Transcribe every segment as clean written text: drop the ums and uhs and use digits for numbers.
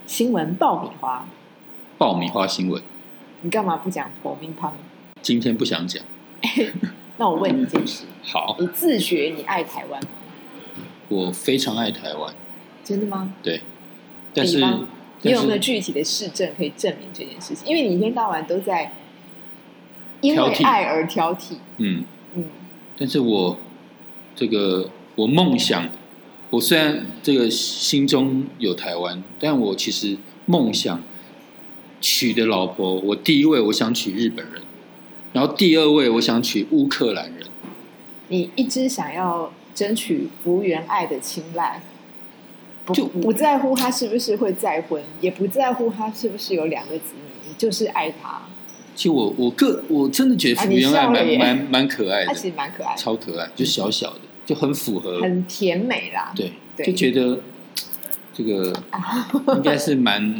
新闻爆米花， 爆米花新闻， 你干嘛不讲爆米花？ 今天不想讲。 那我问你一件事， 好， 你自觉你爱台湾吗？ 我非常爱台湾。 真的吗？ 对，但是你有没有具体的事证可以证明这件事情？因为你一天到晚都在因为爱而挑剔。 但是我梦想，我虽然这个心中有台湾，但我其实梦想娶的老婆，我第一位我想娶日本人，然后第二位我想娶乌克兰人。 你一直想要争取福原爱的青睐，不在乎他是不是会再婚，也不在乎他是不是有2个子女，你就是爱他。 其实我真的觉得福原爱蛮可爱的， 他其实蛮可爱的， 超可爱，就小小的，就很符合， 很甜美啦。 对，就觉得这个应该是蛮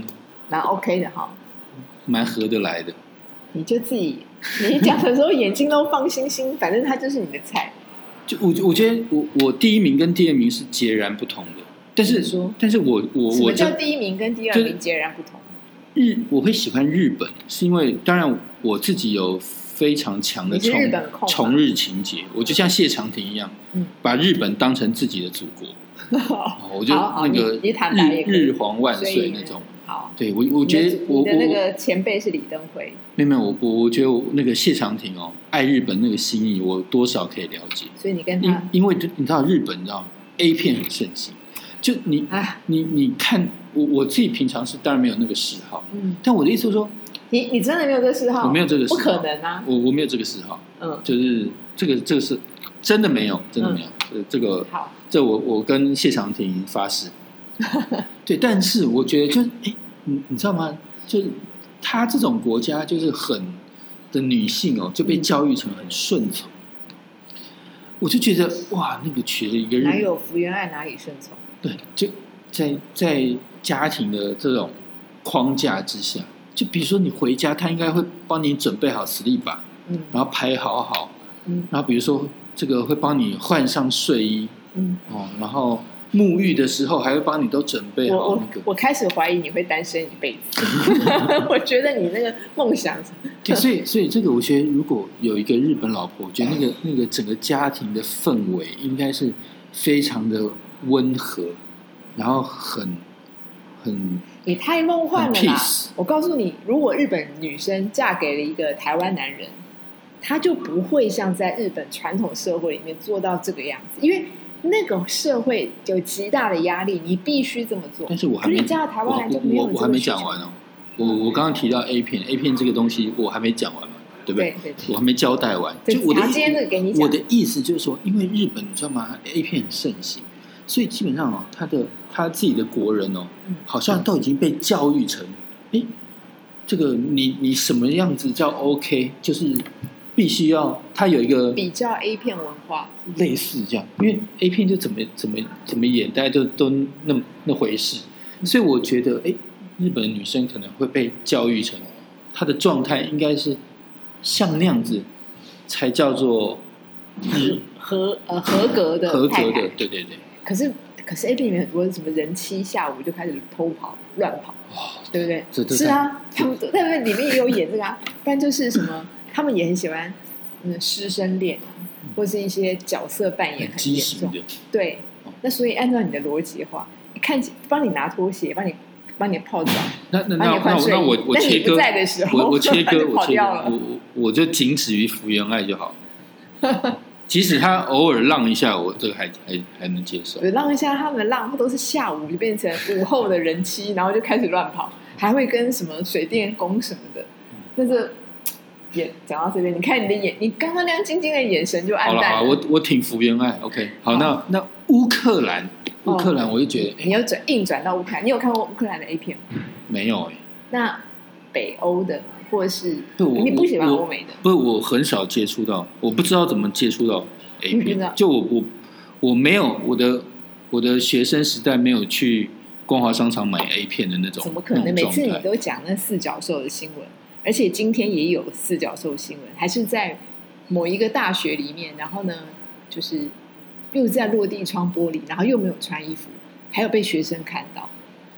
OK 的哈， 蛮合得来的。 你就自己，你讲的时候眼睛都放星星，反正他就是你的菜。 就我觉得我第一名跟第二名是截然不同的，但是我什么叫第一名跟第二名截然不同？ 我会喜欢日本，是因为当然我自己有非常强的崇日情节，我就像谢长廷一样，把日本当成自己的祖国。我就那个日皇万岁那种。 好， 对我觉得你的那个前辈是李登辉。 没有，我觉得那个谢长廷爱日本那个心意，我多少可以了解。 所以你跟他， 因为你知道日本，你知道 A 片很盛行，就你看我自己平常是当然没有那个嗜好，但我的意思是说，你真的没有这个嗜好？ 我没有这个嗜好， 不可能啊！ 我没有这个嗜好，就是这个是真的没有，真的没有。这个好， 这我跟谢长廷发誓。对，但是我觉得就是你知道吗？就是他这种国家就是的女性就被教育成很顺从，我就觉得哇，那个娶了一个人， 哪有福原爱哪里顺从？ 对，就在家庭的这种框架之下，就比如说你回家，他应该会帮你准备好sleep，然后排好，然后比如说这个会帮你换上睡衣，然后沐浴的时候还会帮你都准备好那个。 我开始怀疑你会单身一辈子。我觉得你那个梦想。 对，所以这个我觉得如果有一个日本老婆，我觉得那个整个家庭的氛围应该是非常的温和，然后很你太梦幻了啦！我告诉你，如果日本女生嫁给了一个台湾男人，她就不会像在日本传统社会里面做到这个样子，因为那个社会有极大的压力，你必须这么做。 但是我还没嫁到台湾来就没有这个需求。 我还没讲完哦。我刚刚提到 A 片这个东西，我还没讲完嘛，对不对？ 对， 我还没交代完。就今天这个给你讲。 我的意思就是说，因为日本你知道吗 ，A 片很盛行，所以基本上他自己的国人好像都已经被教育成，这个你什么样子叫 OK， 就是必须要他有一个比较 A 片文化， 类似这样，因为 A 片就怎么演，大家都那回事，所以我觉得日本的女生可能会被教育成，她的状态应该是像那样子，才叫做合格的太太。 对。 可是 A 片里面很多什么人妻下午就开始偷跑乱跑，对不对？是啊，他们里面也有演这个啊，不然就是什么，他们也很喜欢师生恋或是一些角色扮演很严重的。对，那所以按照你的逻辑的话，帮你拿拖鞋，帮你泡澡， 那我切割， 在的时候我切割， 跑掉了， 我就仅止于福原爱就好。即使他偶尔浪一下，我这个还能接受。 浪一下，他们的浪都是下午就变成午后的人妻，然后就开始乱跑，还会跟什么水电工什么的。但是也讲到这边，你看你的眼，你刚刚亮晶晶的眼神就暗淡了。 好了，我挺福原爱 ，OK。好，那乌克兰，我就觉得你要硬转到乌克兰，你有看过乌克兰的 A 片吗？ 没有那北欧的？或者是你不喜欢欧美的？ 不是，我很少接触到，我不知道怎么接触到 A 片。就我没有我的学生时代没有去光华商场买 A 片的那种。 怎么可能？每次你都讲那四角兽的新闻，而且今天也有四角兽新闻，还是在某一个大学里面，然后呢，就是又在落地窗玻璃，然后又没有穿衣服，还有被学生看到。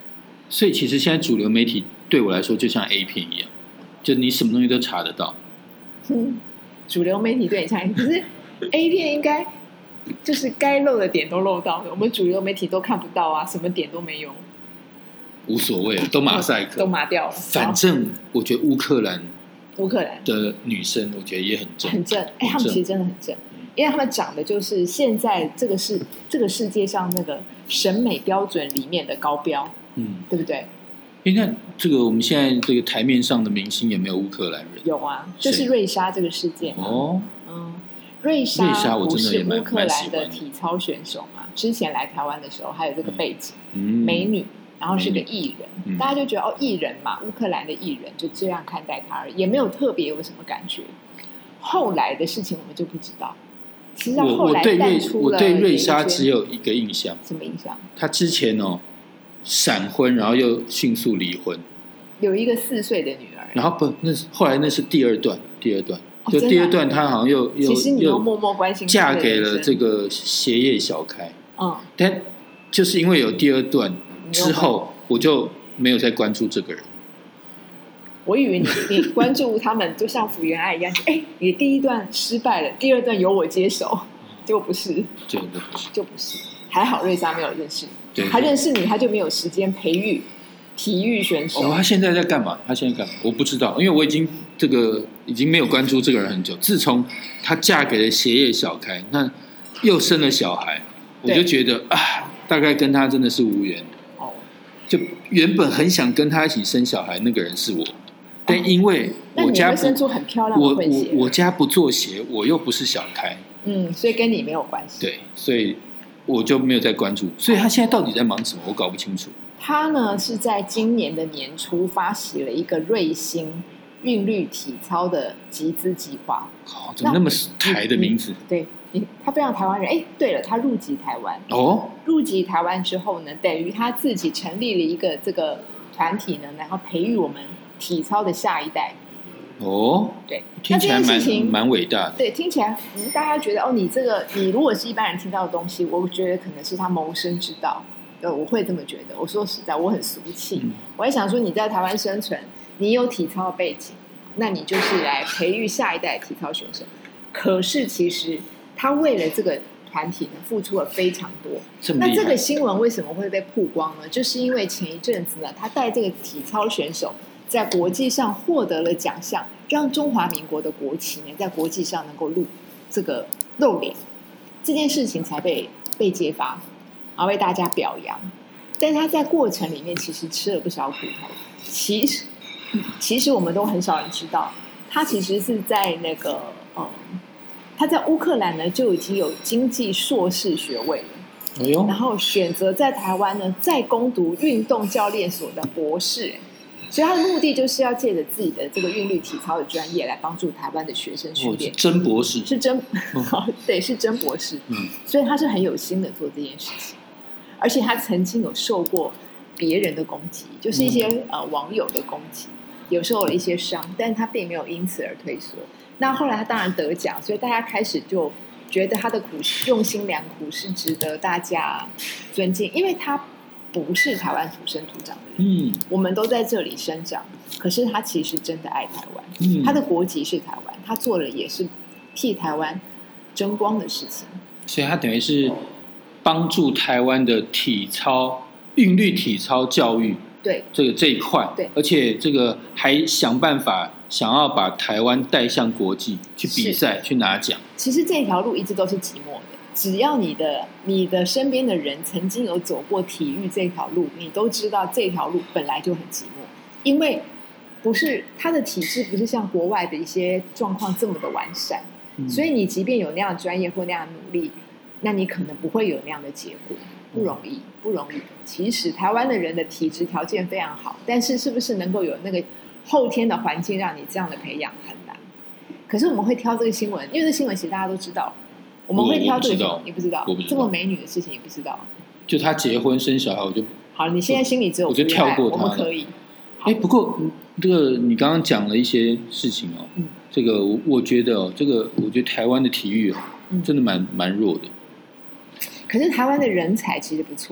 所以其实现在主流媒体对我来说就像 A 片一样，就你什么东西都查得到。 主流媒体对你像，可是 A 片应该就是该漏的点都漏到了，我们主流媒体都看不到啊，什么点都没有。 无所谓，都马赛克， 都麻掉了。 反正我觉得乌克兰的女生，我觉得也很正， 很正。他们其实真的很正，因为他们长得就是现在这个世界上那个审美标准里面的高标，对不对？ 你看这个我们现在这个台面上的明星有没有乌克兰人？ 有啊，就是瑞莎这个事件哦。瑞莎不是乌克兰的体操选手嘛？之前来台湾的时候还有这个背景，美女。然后是个艺人，大家就觉得艺人嘛，乌克兰的艺人就这样看待他而已，也没有特别有什么感觉。后来的事情我们就不知道。其实后来淡出了。 我对瑞莎只有一个印象。 什么印象？ 他之前闪婚，然后又迅速离婚， 有一个4岁的女儿。 然后后来那是第二段，就第二段他好像又其实你又默默关心嫁给了这个鞋业小开。但就是因为有第二段。之后我就没有再关注这个人。 我以为你关注他们就像福原爱一样，你第一段失败了，第二段由我接手，结果不是，就不是。还好瑞莎没有认识你，他认识你，他就没有时间培育体育选手。 他现在在干嘛？我不知道，因为我已经没有关注这个人很久。自从她嫁给了鞋业小开，那又生了小孩，我就觉得大概跟他真的是无缘。就原本很想跟他一起生小孩那个人是我，但因为我家生出很漂亮的混血， 我家不做鞋，我又不是小开， 所以跟你没有关系。 对，所以我就没有再关注。所以他现在到底在忙什么？我搞不清楚。 他呢是在今年的年初发起了一个瑞星韵律体操的集资计划。 怎么那么台的名字？ 对。他非常台湾人。对了，他入籍台湾。入籍台湾之后呢，等于他自己成立了一个这个团体呢，然后培育我们体操的下一代。对， 听起来蛮伟大的。 对，听起来大家觉得你如果是一般人听到的东西，我觉得可能是他谋生之道。我会这么觉得。我说实在，我很俗气。我还想说，你在台湾生存，你有体操背景，那你就是来培育下一代体操选手。可是其实他为了这个团体呢付出了非常多。那这个新闻为什么会被曝光呢？就是因为前一阵子呢，他带这个体操选手在国际上获得了奖项，让中华民国的国旗呢在国际上能够露脸，这件事情才被揭发，然后为大家表扬。但他在过程里面其实吃了不少苦头。其实我们都很少人知道，他其实是在他在乌克兰呢就已经有经济硕士学位了，然后选择在台湾呢再攻读运动教练所的博士。所以他的目的就是要借着自己的这个韵律体操的专业来帮助台湾的学生训练。 真博士是真对，是真博士。所以他是很有心的做这件事情，而且他曾经有受过别人的攻击，就是一些网友的攻击，有受了一些伤，但他并没有因此而退缩。那后来他当然得奖，所以大家开始就觉得他的用心良苦是值得大家尊敬，因为他不是台湾土生土长的人，我们都在这里生长，可是他其实真的爱台湾，他的国籍是台湾，他做了也是替台湾争光的事情， 所以他等于是帮助台湾的韵律体操教育， 对这一块， 对， 而且这个还想办法想要把台湾带向国际去比赛去拿奖。 其实这条路一直都是寂寞的，只要你的身边的人曾经有走过体育这条路，你都知道这条路本来就很寂寞，因为不是他的体制不是像国外的一些状况这么的完善，所以你即便有那样的专业或那样的努力，那你可能不会有那样的结果，不容易。其实台湾的人的体质条件非常好，但是是不是能够有那个后天的环境让你这样的培养很难。可是我们会挑这个新闻，因为这新闻其实大家都知道，我们会挑这个新闻，你不知道这么美女的事情你不知道， 就她结婚生小孩我就好，你现在心里只有我就跳过她， 我们可以。 不过这个你刚刚讲了一些事情这个我觉得我觉得台湾的体育真的蛮弱的。 可是台湾的人才其实不错，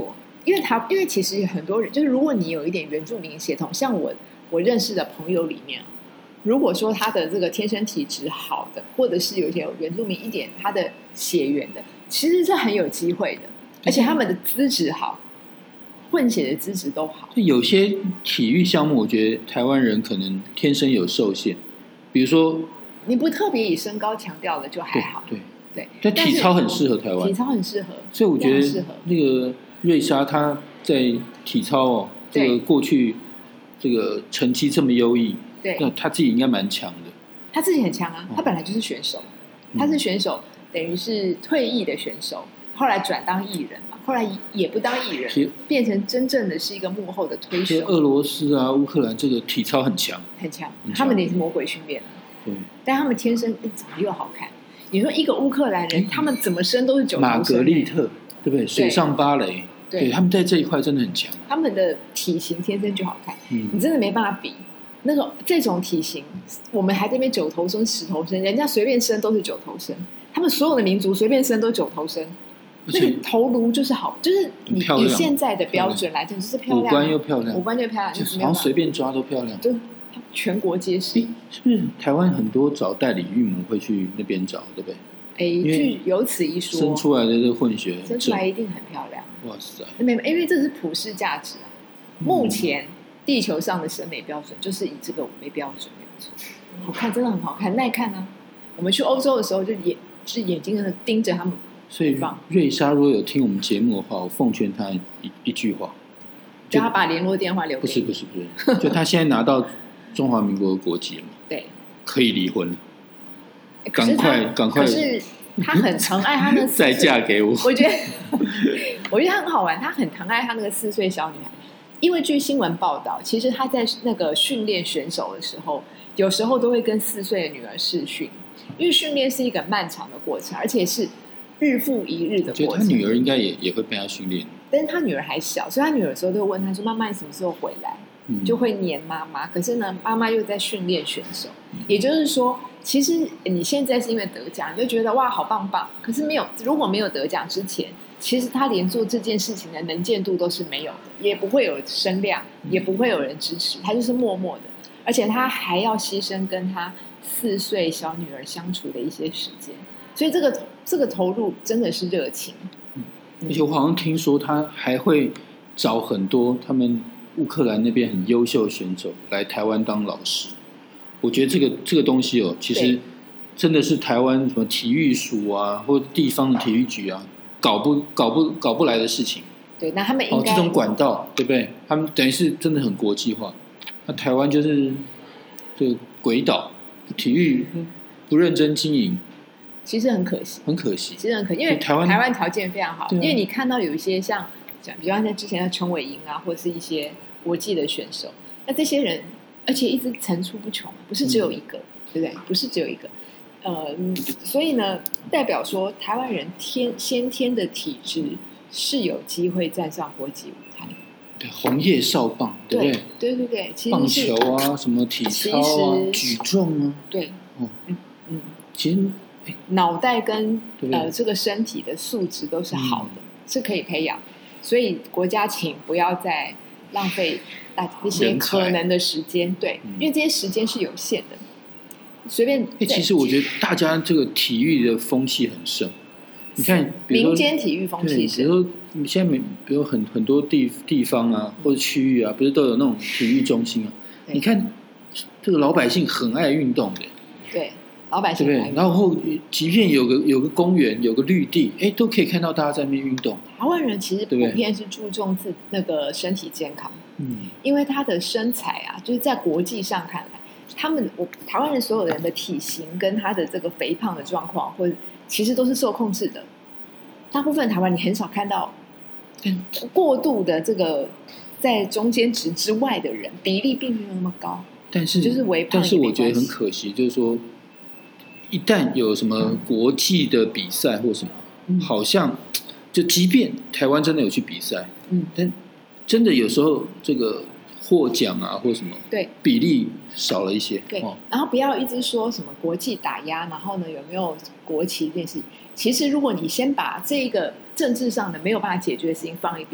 因为其实很多人就是如果你有一点原住民血统，像我认识的朋友里面，如果说他的这个天生体质好的，或者是有些原住民一点他的血缘的，其实是很有机会的，而且他们的资质好，混血的资质都好。 有些体育项目，我觉得台湾人可能天生有受限，比如说你不特别以身高强调的就还好，对， 但体操很适合台湾， 体操很适合， 所以我觉得那个瑞莎她在体操这个过去这个成绩这么优异， 对， 那她自己应该蛮强的。 她自己很强啊，她本来就是选手，她是选手，等于是退役的选手，后来转当艺人嘛，后来也不当艺人，变成真正的是一个幕后的推手。 俄罗斯啊、乌克兰这个体操很强， 很强，他们也是魔鬼训练， 对， 但他们天生长得又好看。你说一个乌克兰人，他们怎么生都是九头身。 玛格丽特，对不对？水上芭蕾，对，他们在这一块真的很强。 他们的体型天生就好看，你真的没办法比。这种体型，我们还这边九头身、10头身，人家随便生都是9头身。他们所有的民族随便生都9头身，那个头颅就是好，就是你以现在的标准来讲，就是漂亮， 五官又漂亮， 五官就漂亮， 就是好像随便抓都漂亮， 就全国皆是。 是不是台湾很多找代理孕母会去那边找，对不对？ 据有此一说， 生出来的这个混血， 生出来一定很漂亮。 哇塞！ 因为这是普世价值啊。目前地球上的审美标准就是以这个为标准，没有错。好看，真的很好看，耐看啊！我们去欧洲的时候就眼睛盯着他们。 所以瑞莎如果有听我们节目的话，我奉劝他一句话， 叫他把联络电话留给你。 不是，就他现在拿到中华民国的国籍了， 对，可以离婚了，赶快！ 可是他很疼爱他那再嫁给我。 我觉得他很好玩，他很疼爱他那个4岁小女孩，因为据新闻报道，其实他在那个训练选手的时候，有时候都会跟4岁的女儿视讯，因为训练是一个漫长的过程，而且是日复一日的过程。 我觉得他女儿应该也会被他训练， 但是他女儿还小，所以他女儿有时候都会问他说：“妈妈，你什么时候回来？”就会黏妈妈。可是呢，妈妈又在训练选手，也就是说，其实你现在是因为得奖，你就觉得哇，好棒棒。可是如果没有得奖之前，其实他连做这件事情的能见度都是没有的，也不会有声量，也不会有人支持，他就是默默的。而且他还要牺牲跟他4岁小女儿相处的一些时间，所以这个投入真的是热情。 而且我好像听说他还会找很多他们乌克兰那边很优秀的选手来台湾当老师。我觉得这个东西其实真的是台湾什么体育署啊，或者地方的体育局啊，搞不来的事情。 对，那他们应该这种管道，对不对？他们等于是真的很国际化。那台湾就是这个鬼岛，体育不认真经营， 其实很可惜，其实很可惜，因为台湾条件非常好，因为你看到有一些像比方像之前的陈伟英啊，或是一些国际的选手，那这些人而且一直层出不穷，不是只有一个，对不对？不是只有一个，所以呢，代表说台湾人先天的体质是有机会站上国际舞台。 对，红叶少棒，对不对？ 对，其实棒球啊，什么体操啊，举重啊， 对， 其实脑袋跟这个身体的素质都是好的，是可以培养。所以国家请不要再浪费一些可能的时间，对，因为这些时间是有限的。随便， 其实我觉得大家这个体育的风气很盛。你看， 民间体育风气是， 比如说你现在比如很多地方啊，或者区域啊，不是都有那种体育中心啊？你看这个老百姓很爱运动的， 对，老百姓对不对？然后即便有个公园，有个绿地，都可以看到大家在那边运动。 台湾人其实普遍是注重那个身体健康，因为他的身材啊，就是在国际上看来，台湾人所有人的体型跟他的这个肥胖的状况，或者其实都是受控制的。大部分台湾你很少看到过度的这个在中间值之外的人，比例并没有那么高。 但是就是微胖， 但是我觉得很可惜，就是说，一旦有什么国际的比赛或什么，好像就即便台湾真的有去比赛，但真的有时候这个获奖啊或什么， 对， 比例少了一些。 对，然后不要一直说什么国际打压，然后呢有没有国旗这件事情。其实如果你先把这个政治上的没有办法解决的事情放一边，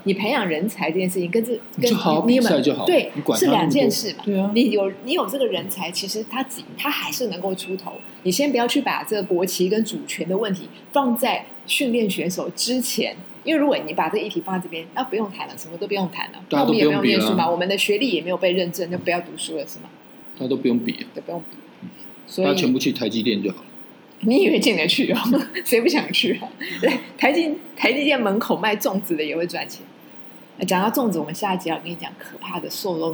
你培养人才这件事情跟就好好比赛就好， 对，是两件事嘛。 对啊， 你有这个人才，其实他还是能够出头。你先不要去把这个国旗跟主权的问题放在训练选手之前，因为如果你把这个议题放在这边，那不用谈了，什么都不用谈了，我们也不用念书嘛，我们的学历也没有被认证，就不要读书了，是吗？ 大家都不用比， 都不用比，所以大家全部去台积电就好了。 你以为进得去哦？谁不想去啊？台积电门口卖粽子的也会赚钱。讲到粽子，我们下一集要跟你讲可怕的送肉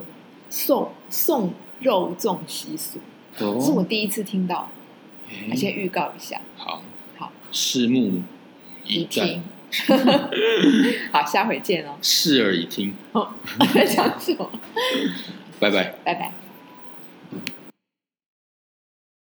粽习俗，这是我第一次听到，先预告一下。 好，拭目以待。 好，下回见哦。 拭耳以听。 在讲什么？ 拜拜。 拜拜。